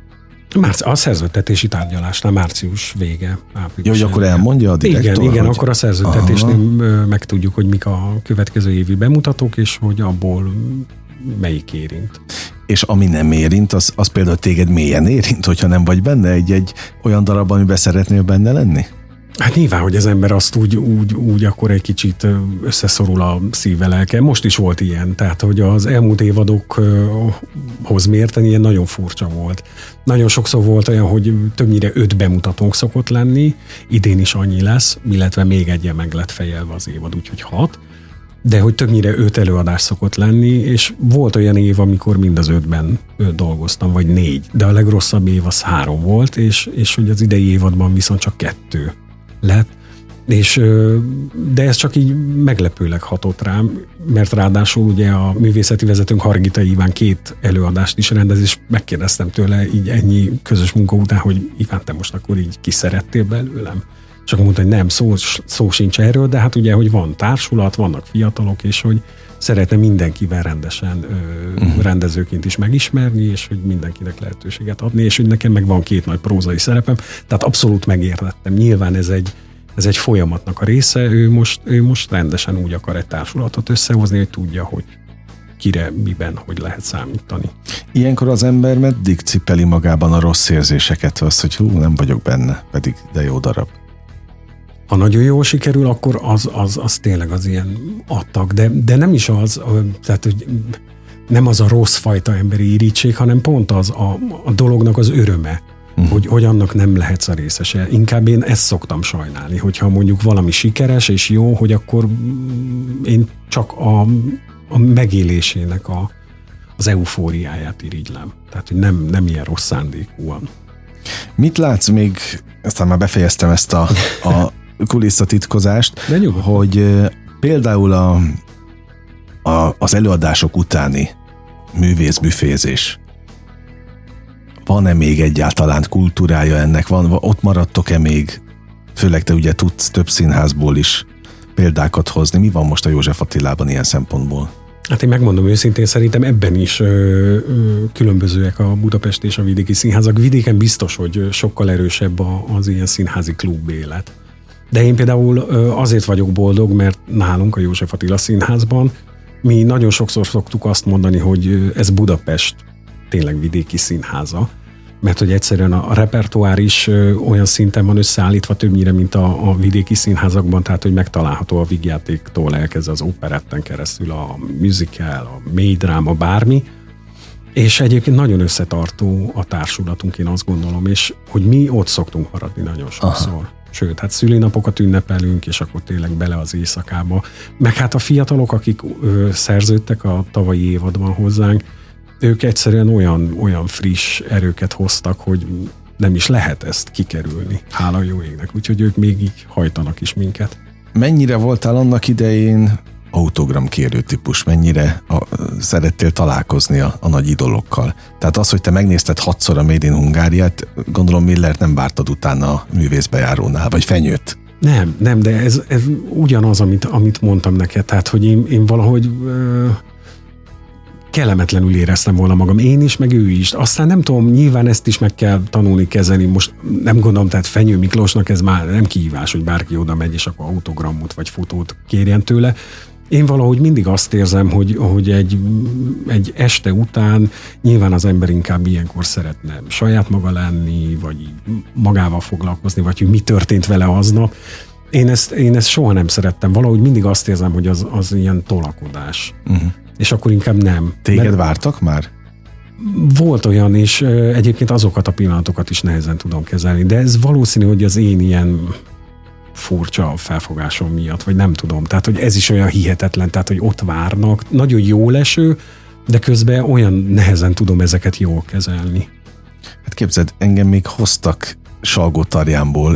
A szerződtetési tárgyalásnál március vége. Jó, hogy akkor elmondja a direktor? Igen, akkor a szerződtetésnél megtudjuk, hogy mik a következő évi bemutatók, és hogy abból melyik érint. És ami nem érint, az például téged mélyen érint, hogyha nem vagy benne egy olyan darabban, amiben szeretnél benne lenni? Hát nyilván, hogy az ember azt úgy akkor egy kicsit összeszorul a szíve lelke. Most is volt ilyen, tehát hogy az elmúlt évadokhoz mérten ilyen nagyon furcsa volt. Nagyon sokszor volt olyan, hogy többnyire 5 bemutatónk szokott lenni, idén is annyi lesz, illetve még egyen meg lett fejelve az évad, úgyhogy 6, de hogy többnyire 5 előadás szokott lenni, és volt olyan év, amikor mind az 5-ben dolgoztam, vagy 4, de a legrosszabb év az 3 volt, és hogy az idei évadban viszont csak 2 lett, de ez csak így meglepőleg hatott rám, mert ráadásul ugye a művészeti vezetőnk Hargita Iván 2 előadást is rendez, és megkérdeztem tőle így ennyi közös munka után, hogy Iván, te most akkor így kiszerettél belőlem? És akkor mondta, hogy nem, szó sincs erről, de hát ugye, hogy van társulat, vannak fiatalok, és hogy szeretne mindenkivel rendesen rendezőként is megismerni, és hogy mindenkinek lehetőséget adni, és hogy nekem meg van 2 nagy prózai szerepem, tehát abszolút megértettem. Nyilván ez egy folyamatnak a része, ő most rendesen úgy akar egy társulatot összehozni, hogy tudja, hogy kire, miben, hogy lehet számítani. Ilyenkor az ember meddig cipeli magában a rossz érzéseket, az, hogy nem vagyok benne, pedig de jó darab. Ha nagyon jól sikerül, akkor az tényleg az ilyen adtak, de nem is az, tehát hogy nem az a rossz fajta emberi irítség, hanem pont az a dolognak az öröme, hogy annak nem lehetsz a részese. Inkább én ezt szoktam sajnálni, hogyha mondjuk valami sikeres és jó, hogy akkor én csak a megélésének az eufóriáját irigylem. Tehát, hogy nem ilyen rossz szándékúan. Mit látsz még, aztán már befejeztem ezt a kulisszatitkozást, hogy például az előadások utáni művészbüfézés, van-e még egyáltalán kultúrája ennek? Ott maradtok-e még? Főleg te ugye tudsz több színházból is példákat hozni. Mi van most a József Attilában ilyen szempontból? Hát én megmondom őszintén, szerintem ebben is különbözőek a budapesti és a vidéki színházak. Vidéken biztos, hogy sokkal erősebb az ilyen színházi klub élet. De én például azért vagyok boldog, mert nálunk a József Attila Színházban mi nagyon sokszor szoktuk azt mondani, hogy ez Budapest tényleg vidéki színháza, mert hogy egyszerűen a repertoár is olyan szinten van összeállítva többnyire, mint a vidéki színházakban, tehát hogy megtalálható a vígjátéktól elkezdve az operetten keresztül a musical, a mély dráma, bármi, és egyébként nagyon összetartó a társulatunk, én azt gondolom, és hogy mi ott szoktunk maradni nagyon sokszor. Aha. Sőt, hát szülinapokat ünnepelünk, és akkor tényleg bele az éjszakába. Meg hát a fiatalok, akik szerződtek a tavalyi évadban hozzánk, ők egyszerűen olyan friss erőket hoztak, hogy nem is lehet ezt kikerülni. Hála jó égnek. Úgyhogy ők még így hajtanak is minket. Mennyire voltál annak idején autogramkérő típus? Mennyire szerettél találkozni a nagy idolokkal? Tehát az, hogy te megnézted 6-szor a Made in Hungáriát, gondolom Millert nem vártad utána a művészbejárónál, vagy Fenyőt? Nem, de ez ugyanaz, amit mondtam neked. Tehát, hogy én valahogy kellemetlenül éreztem volna magam, én is, meg ő is. Aztán nem tudom, nyilván ezt is meg kell tanulni, kezelni. Most nem gondolom, tehát Fenyő Miklósnak ez már nem kihívás, hogy bárki oda megy, és akkor autogramot vagy fotót kérjen tőle. Én valahogy mindig azt érzem, hogy egy este után nyilván az ember inkább ilyenkor szeretne saját maga lenni, vagy magával foglalkozni, vagy hogy mi történt vele aznap. Én ezt soha nem szerettem. Valahogy mindig azt érzem, hogy az ilyen tolakodás. Uh-huh. És akkor inkább nem. Téged vártak már? Volt olyan, és egyébként azokat a pillanatokat is nehezen tudom kezelni, de ez valószínű, hogy az én ilyen furcsa felfogásom miatt, vagy nem tudom. Tehát, hogy ez is olyan hihetetlen, tehát, hogy ott várnak, nagyon jó leső, de közben olyan nehezen tudom ezeket jól kezelni. Hát képzeld, engem még hoztak Salgótarjánból,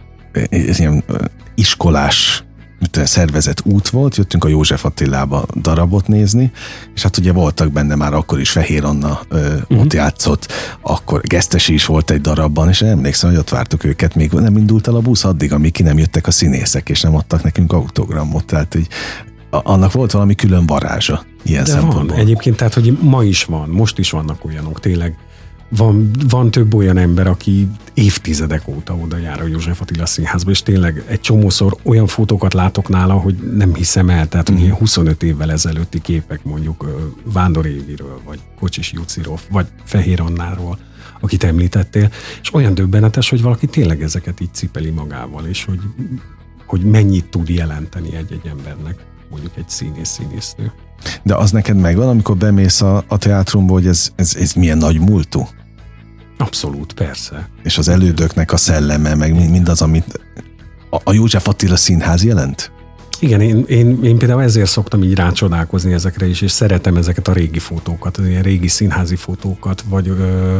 ilyen iskolás szervezett út volt, jöttünk a József Attilába darabot nézni, és hát ugye voltak benne már akkor is Fehér Anna ott játszott, akkor Gesztesi is volt egy darabban, és emlékszem, hogy ott vártuk őket, még nem indult el a busz addig, amíg ki nem jöttek a színészek, és nem adtak nekünk autogramot, tehát így annak volt valami külön varázsa ilyen de szempontból. Van egyébként, tehát hogy ma is van, most is vannak olyanok, tényleg. Van több olyan ember, aki évtizedek óta oda jár a József Attila Színházba, és tényleg egy csomószor olyan fotókat látok nála, hogy nem hiszem el, tehát hogy ilyen 25 évvel ezelőtti képek mondjuk Vándor Éviről, vagy Kocsis Juciról, vagy Fehér Annáról, akit említettél, és olyan döbbenetes, hogy valaki tényleg ezeket így cipeli magával, és hogy mennyit tud jelenteni egy embernek, mondjuk egy színésznő. De az neked megvan, amikor bemész a teátrumba, hogy ez milyen nagy múltú? Abszolút, persze. És az elődöknek a szelleme, meg mindaz, amit a József Attila Színház jelent? Igen, én például ezért szoktam így rácsodálkozni ezekre is, és szeretem ezeket a régi fotókat, az ilyen régi színházi fotókat, vagy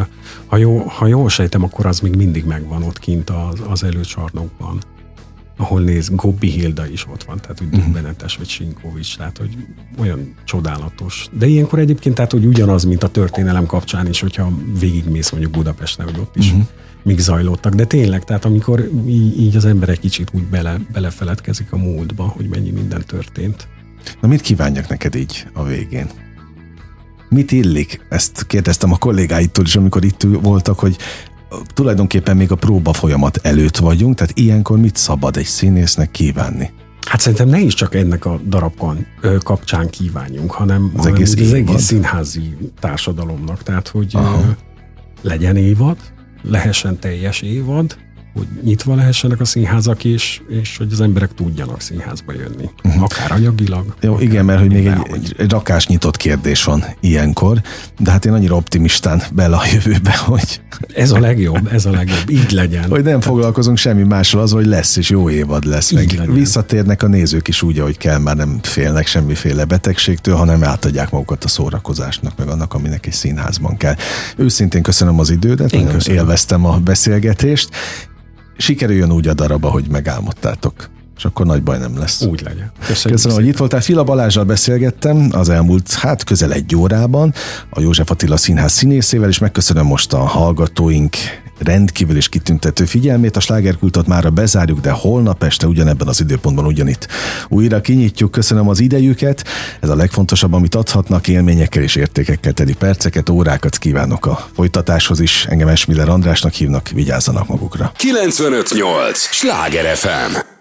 ha jól sejtem, akkor az még mindig megvan ott kint az előcsarnokban, ahol Gobbi Hilda is ott van, tehát úgy döbbenetes, vagy Sinkovics, tehát hogy olyan csodálatos. De ilyenkor egyébként, tehát hogy ugyanaz, mint a történelem kapcsán is, hogyha végigmész mondjuk Budapesten, hogy ott is mik zajlottak. De tényleg, tehát amikor így az ember egy kicsit úgy belefeledkezik a múltba, hogy mennyi minden történt. Na mit kívánjak neked így a végén? Mit illik? Ezt kérdeztem a kollégáitól is, amikor itt voltak, hogy tulajdonképpen még a próba folyamat előtt vagyunk, tehát ilyenkor mit szabad egy színésznek kívánni? Hát szerintem ne is csak ennek a darab kapcsán kívánjunk, hanem az egész színházi társadalomnak. Tehát, hogy legyen évad, lehessen teljes évad, hogy nyitva lehessenek a színházak is, és hogy az emberek tudjanak színházba jönni. Akár anyagilag. Jó, akár igen, mert hogy még egy rakás nyitott kérdés van ilyenkor, de hát én annyira optimistán bele a jövőbe, hogy... Ez a legjobb, így legyen. Hogy nem foglalkozunk semmi mással, az, hogy lesz, és jó évad lesz. Meg visszatérnek a nézők is úgy, ahogy kell, már nem félnek semmiféle betegségtől, hanem átadják magukat a szórakozásnak, meg annak, aminek egy színházban kell. Őszintén köszönöm az idődet, élveztem a beszélgetést. Sikerüljön úgy a darab, ahogy megálmodtátok. És akkor nagy baj nem lesz. Úgy legyen. Köszönöm, hogy itt voltál. Fila Balázsral beszélgettem az elmúlt, közel egy órában a József Attila Színház színészével, és megköszönöm most a hallgatóink rendkívül is kitüntető figyelmét. A Slágerkultot mára bezárjuk, de holnap este ugyanebben az időpontban ugyanitt újra kinyitjuk. Köszönöm az idejüket. Ez a legfontosabb, amit adhatnak, élményekkel és értékekkel teli perceket, órákat kívánok a folytatáshoz is. Engem Esmiller Andrásnak hívnak, vigyázzanak magukra. 95.8 Sláger FM